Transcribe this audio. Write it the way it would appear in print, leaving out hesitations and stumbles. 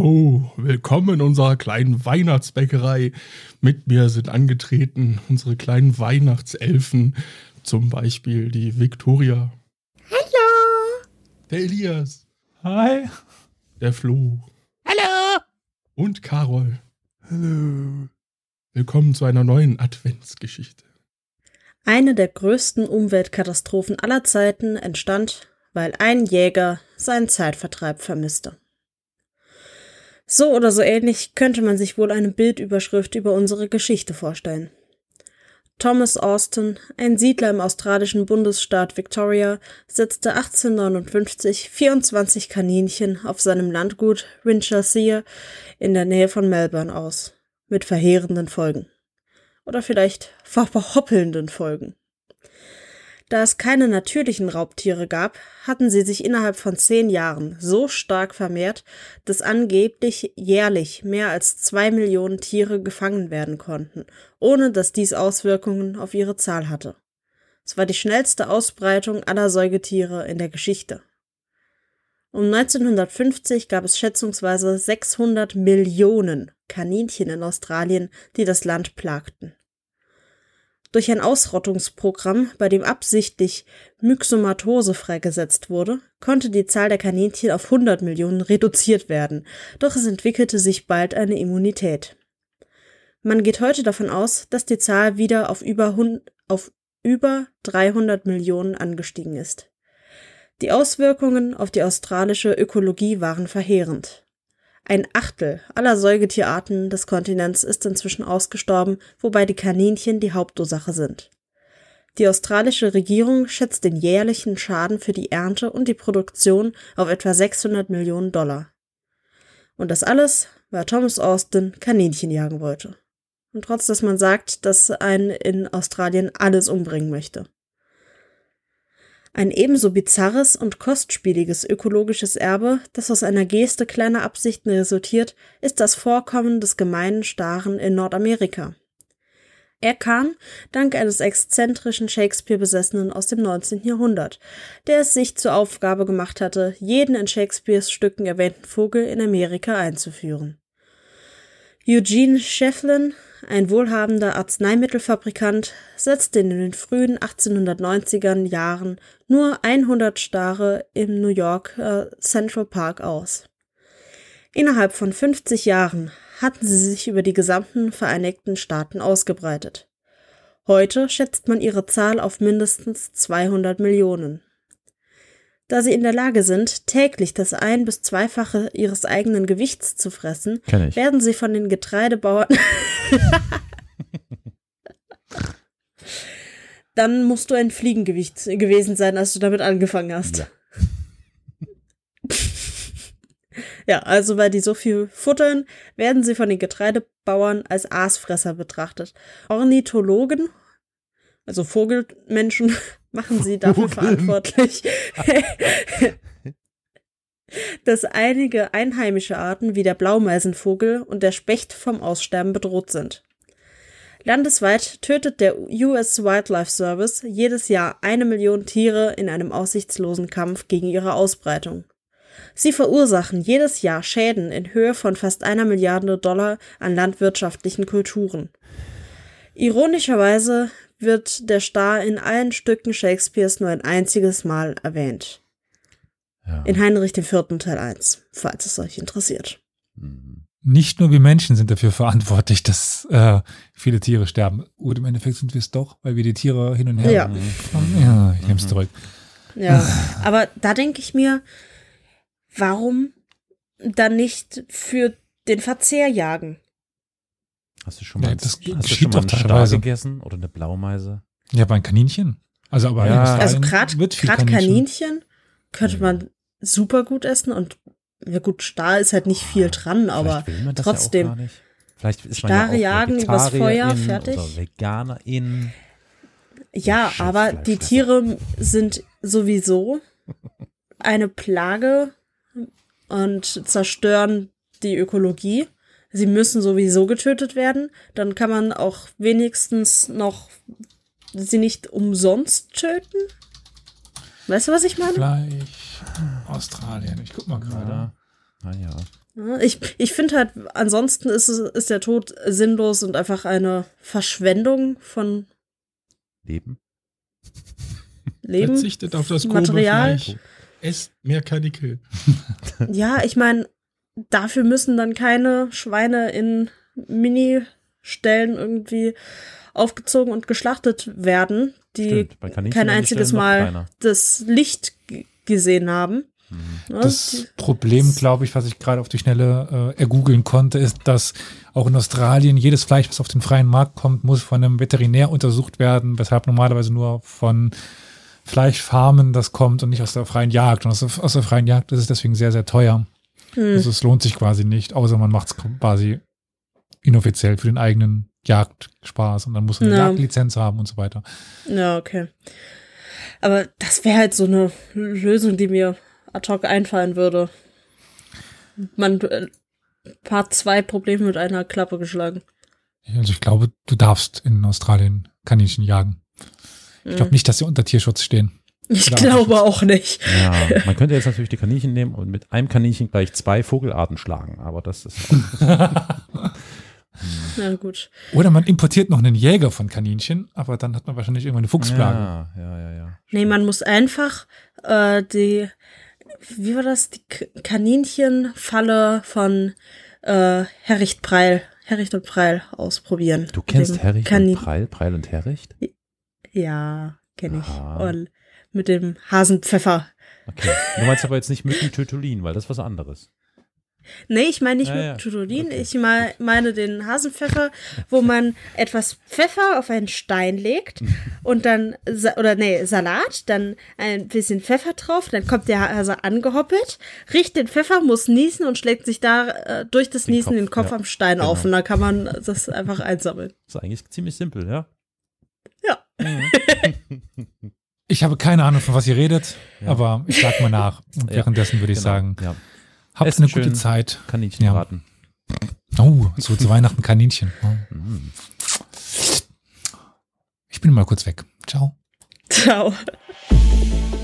Ho, willkommen in unserer kleinen Weihnachtsbäckerei. Mit mir sind angetreten unsere kleinen Weihnachtselfen, zum Beispiel die Viktoria. Hallo. Der Elias. Hi. Der Flo. Hallo. Und Carol. Hallo. Willkommen zu einer neuen Adventsgeschichte. Eine der größten Umweltkatastrophen aller Zeiten entstand, weil ein Jäger seinen Zeitvertreib vermisste. So oder so ähnlich könnte man sich wohl eine Bildüberschrift über unsere Geschichte vorstellen. Thomas Austin, ein Siedler im australischen Bundesstaat Victoria, setzte 1859 24 Kaninchen auf seinem Landgut Winchelsea in der Nähe von Melbourne aus, mit verheerenden Folgen. Oder vielleicht verhoppelnden Folgen. Da es keine natürlichen Raubtiere gab, hatten sie sich innerhalb von 10 Jahren so stark vermehrt, dass angeblich jährlich mehr als 2 Millionen Tiere gefangen werden konnten, ohne dass dies Auswirkungen auf ihre Zahl hatte. Es war die schnellste Ausbreitung aller Säugetiere in der Geschichte. Um 1950 gab es schätzungsweise 600 Millionen Kaninchen in Australien, die das Land plagten. Durch ein Ausrottungsprogramm, bei dem absichtlich Myxomatose freigesetzt wurde, konnte die Zahl der Kaninchen auf 100 Millionen reduziert werden, doch es entwickelte sich bald eine Immunität. Man geht heute davon aus, dass die Zahl wieder auf über 300 Millionen angestiegen ist. Die Auswirkungen auf die australische Ökologie waren verheerend. 1/8 aller Säugetierarten des Kontinents ist inzwischen ausgestorben, wobei die Kaninchen die Hauptursache sind. Die australische Regierung schätzt den jährlichen Schaden für die Ernte und die Produktion auf etwa 600 Millionen $. Und das alles, weil Thomas Austin Kaninchen jagen wollte. Und trotz, dass man sagt, dass einen in Australien alles umbringen möchte. Ein ebenso bizarres und kostspieliges ökologisches Erbe, das aus einer Geste kleiner Absichten resultiert, ist das Vorkommen des gemeinen Staren in Nordamerika. Er kam dank eines exzentrischen Shakespeare-Besessenen aus dem 19. Jahrhundert, der es sich zur Aufgabe gemacht hatte, jeden in Shakespeares Stücken erwähnten Vogel in Amerika einzuführen. Eugene Schieffelin, ein wohlhabender Arzneimittelfabrikant, setzte in den frühen 1890er Jahren nur 100 Stare im New York Central Park aus. Innerhalb von 50 Jahren hatten sie sich über die gesamten Vereinigten Staaten ausgebreitet. Heute schätzt man ihre Zahl auf mindestens 200 Millionen. Da sie in der Lage sind, täglich das 1- bis 2-fache ihres eigenen Gewichts zu fressen, werden sie von den Getreidebauern... Dann musst du ein Fliegengewicht gewesen sein, als du damit angefangen hast. Ja. Ja, also weil die so viel futtern, werden sie von den Getreidebauern als Aasfresser betrachtet. Ornithologen, also Vogelmenschen, machen sie dafür verantwortlich, dass einige einheimische Arten wie der Blaumeisenvogel und der Specht vom Aussterben bedroht sind. Landesweit tötet der US Wildlife Service jedes Jahr 1 Million Tiere in einem aussichtslosen Kampf gegen ihre Ausbreitung. Sie verursachen jedes Jahr Schäden in Höhe von fast $1 Milliarde an landwirtschaftlichen Kulturen. Ironischerweise wird der Star in allen Stücken Shakespeares nur ein einziges Mal erwähnt. Ja. In Heinrich IV. Teil 1, falls es euch interessiert. Nicht nur wir Menschen sind dafür verantwortlich, dass viele Tiere sterben. Und im Endeffekt sind wir es doch, weil wir die Tiere hin und her... Ja, ich nehme es zurück. Ja, aber da denke ich mir, warum dann nicht für den Verzehr jagen? Hast du schon mal, das einen Star gegessen oder eine Blaumeise? Ja, bei ein Kaninchen. Also aber also gerade Kaninchen könnte man super gut essen und ja gut, Star ist halt nicht viel dran, aber trotzdem. Ja vielleicht ist man Stare ja auch jagen übers Feuer, fertig. Oder Veganerin. Ja, aber die Tiere sind sowieso eine Plage und zerstören die Ökologie. Sie müssen sowieso getötet werden. Dann kann man auch wenigstens noch sie nicht umsonst töten. Weißt du, was ich meine? Fleisch, Australien. Ich guck mal gerade. Ah ja. Ja, ich finde halt, ansonsten ist der Tod sinnlos und einfach eine Verschwendung von Leben. Verzichtet auf das grobe Material. Fleisch. Esst mehr Karnickel. Ja, ich meine, dafür müssen dann keine Schweine in Mini-Stellen irgendwie aufgezogen und geschlachtet werden, die Stimmt, bei Kaninchen kein werden die einziges Stellen noch Mal kleiner. das Licht gesehen haben. Ja, Das Problem, glaube ich, was ich gerade auf die Schnelle ergoogeln konnte, ist, dass auch in Australien jedes Fleisch, was auf den freien Markt kommt, muss von einem Veterinär untersucht werden, weshalb normalerweise nur von Fleischfarmen das kommt und nicht aus der freien Jagd. Und aus der freien Jagd ist es deswegen sehr, sehr teuer. Also es lohnt sich quasi nicht, außer man macht es quasi inoffiziell für den eigenen Jagdspaß und dann muss man eine Jagdlizenz haben und so weiter. Ja, okay. Aber das wäre halt so eine Lösung, die mir ad hoc einfallen würde. Part 2 Probleme mit einer Klappe geschlagen. Also ich glaube, du darfst in Australien Kaninchen jagen. Ich glaube nicht, dass sie unter Tierschutz stehen. Ich glaube auch nicht. Ja, man könnte jetzt natürlich die Kaninchen nehmen und mit einem Kaninchen gleich 2 Vogelarten schlagen, aber das ist auch Na gut. Oder man importiert noch einen Jäger von Kaninchen, aber dann hat man wahrscheinlich irgendwann eine Fuchsplage. Ja. Nee, man muss einfach wie war das? Die Kaninchenfalle von Herricht und Preil ausprobieren. Du kennst Herricht und Preil und Herricht? Ja, kenne ich. Aha. Und mit dem Hasenpfeffer. Okay. Du meinst aber jetzt nicht Mückentötolin, weil das ist was anderes. Nee, ich meine nicht Ja, mit Tutolin, okay. ich meine den Hasenpfeffer, wo man etwas Pfeffer auf einen Stein legt und dann, Salat, dann ein bisschen Pfeffer drauf, dann kommt der Hase angehoppelt, riecht den Pfeffer, muss niesen und schlägt sich da durch das Niesen den Kopf am Stein auf und da kann man das einfach einsammeln. Das ist eigentlich ziemlich simpel, ja? Ja. Ich habe keine Ahnung, von was ihr redet, aber ich sag mal nach. Und währenddessen würde ich sagen, habt Esst eine schön gute Zeit. Kaninchenbraten. Oh, so zu Weihnachten Kaninchen. Oh. Ich bin mal kurz weg. Ciao. Ciao.